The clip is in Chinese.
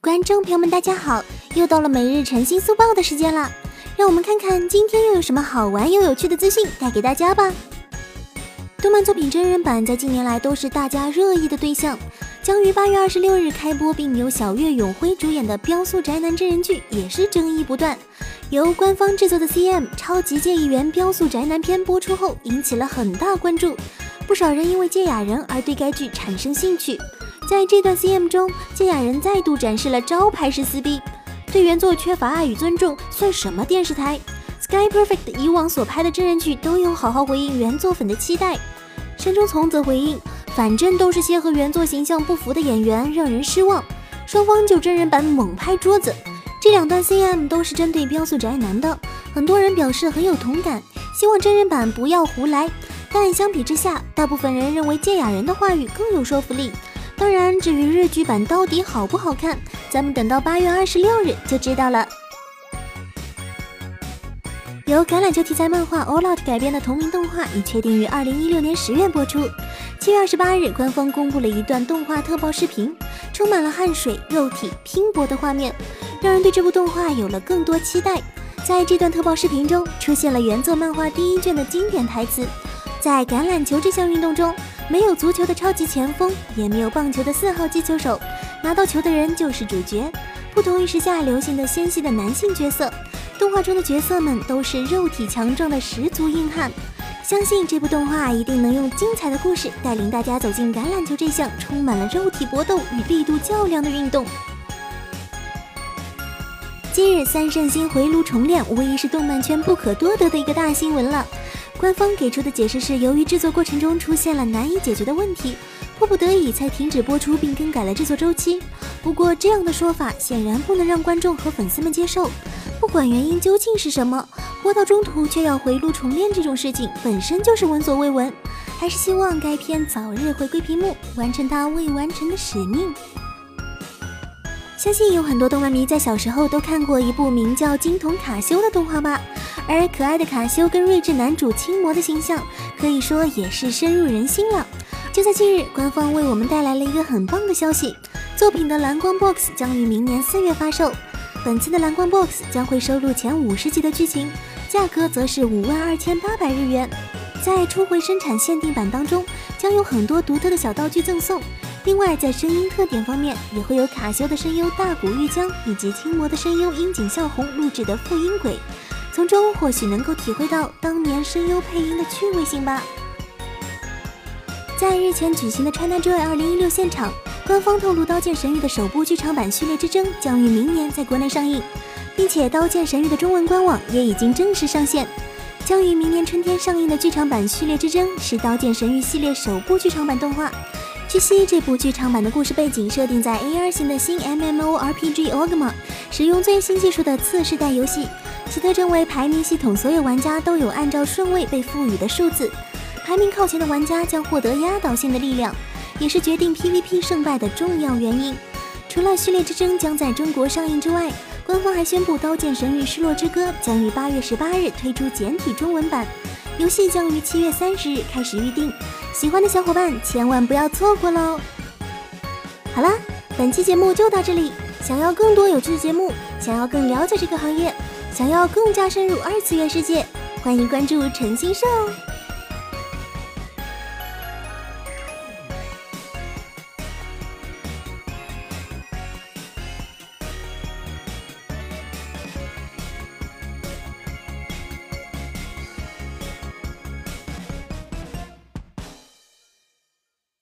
观众朋友们大家好，又到了每日晨星速报的时间了，让我们看看今天又有什么好玩又有趣的资讯带给大家吧。动漫作品真人版在近年来都是大家热议的对象，将于8月26日开播并由小岳永辉主演的《飙速宅男》真人剧也是争议不断。由官方制作的 CM 超级介议员飙速宅男篇播出后引起了很大关注，不少人因为芥雅人而对该剧产生兴趣。在这段 CM 中，芥雅人再度展示了招牌式撕逼，对原作缺乏爱与尊重，算什么电视台？ Sky Perfect 以往所拍的真人剧都有好好回应原作粉的期待。山中从则回应，反正都是些和原作形象不符的演员，让人失望。双方就真人版猛拍桌子。这两段 CM 都是针对飙速宅男的，很多人表示很有同感，希望真人版不要胡来。但相比之下，大部分人认为芥雅人的话语更有说服力。当然，至于日剧版到底好不好看，咱们等到8月26日就知道了。由橄榄球题材漫画 All Out 改编的同名动画已确定于2016年10月播出。7月28日，官方公布了一段动画特报视频，充满了汗水、肉体、拼搏的画面，让人对这部动画有了更多期待。在这段特报视频中，出现了原作漫画第一卷的经典台词。在橄榄球这项运动中，没有足球的超级前锋，也没有棒球的4号击球手，拿到球的人就是主角。不同于时下流行的纤细的男性角色，动画中的角色们都是肉体强壮的十足硬汉。相信这部动画一定能用精彩的故事带领大家走进橄榄球这项充满了肉体搏斗与力度较量的运动。今日三圣星回炉重练无疑是动漫圈不可多得的一个大新闻了。官方给出的解释是，由于制作过程中出现了难以解决的问题，迫不得已才停止播出并更改了制作周期。不过这样的说法显然不能让观众和粉丝们接受，不管原因究竟是什么，播到中途却要回炉重练这种事情本身就是闻所未闻，还是希望该片早日回归屏幕，完成它未完成的使命。相信有很多动漫迷在小时候都看过一部名叫《金童卡修》的动画吧，而可爱的卡修跟睿智男主青魔的形象可以说也是深入人心了。就在近日，官方为我们带来了一个很棒的消息，作品的蓝光 BOX 将于明年4月发售。本次的蓝光 BOX 将会收录前50集的剧情，价格则是52800日元。在初回生产限定版当中，将有很多独特的小道具赠送。另外，在声音特点方面，也会有卡修的声优大谷玉江以及青魔的声优樱井孝宏录制的副音轨，从中或许能够体会到当年声优配音的趣味性吧。在日前举行的 ChinaJoy 2016现场，官方透露《刀剑神域》的首部剧场版《序列之争》将于明年在国内上映，并且《刀剑神域》的中文官网也已经正式上线。将于明年春天上映的剧场版《序列之争》是《刀剑神域》系列首部剧场版动画。据悉，这部剧场版的故事背景设定在 AR 型的新 MMORPG Ogma， 使用最新技术的次世代游戏，其特征为排名系统所有玩家都有按照顺位被赋予的数字，排名靠前的玩家将获得压倒性的力量，也是决定 PVP 胜败的重要原因。除了序列之争将在中国上映之外，官方还宣布《刀剑神域：失落之歌》将于8月18日推出简体中文版，游戏将于7月30日开始预定，喜欢的小伙伴千万不要错过喽！好啦，本期节目就到这里。想要更多有趣的节目，想要更了解这个行业，想要更加深入二次元世界，欢迎关注晨星社哦！